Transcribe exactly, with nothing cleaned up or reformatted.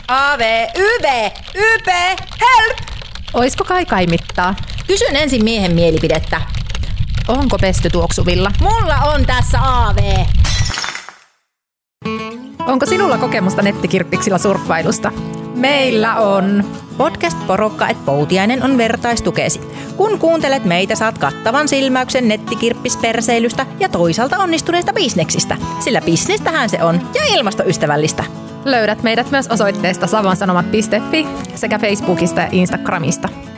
A V, Y V, Y P, help! Oisko Kaikai mittaa? Kysyn ensin miehen mielipidettä. Onko pesty tuoksuvilla? Mulla on tässä A V. Onko sinulla kokemusta nettikirppiksillä surffailusta? Meillä on. Podcast-porukka et Poutiainen on vertaistukeesi. Kun kuuntelet meitä, saat kattavan silmäyksen nettikirppisperseilystä ja toisaalta onnistuneista bisneksistä. Sillä bisnestähän se on ja ilmastoystävällistä. Löydät meidät myös osoitteesta savansanomat piste fi sekä Facebookista ja Instagramista.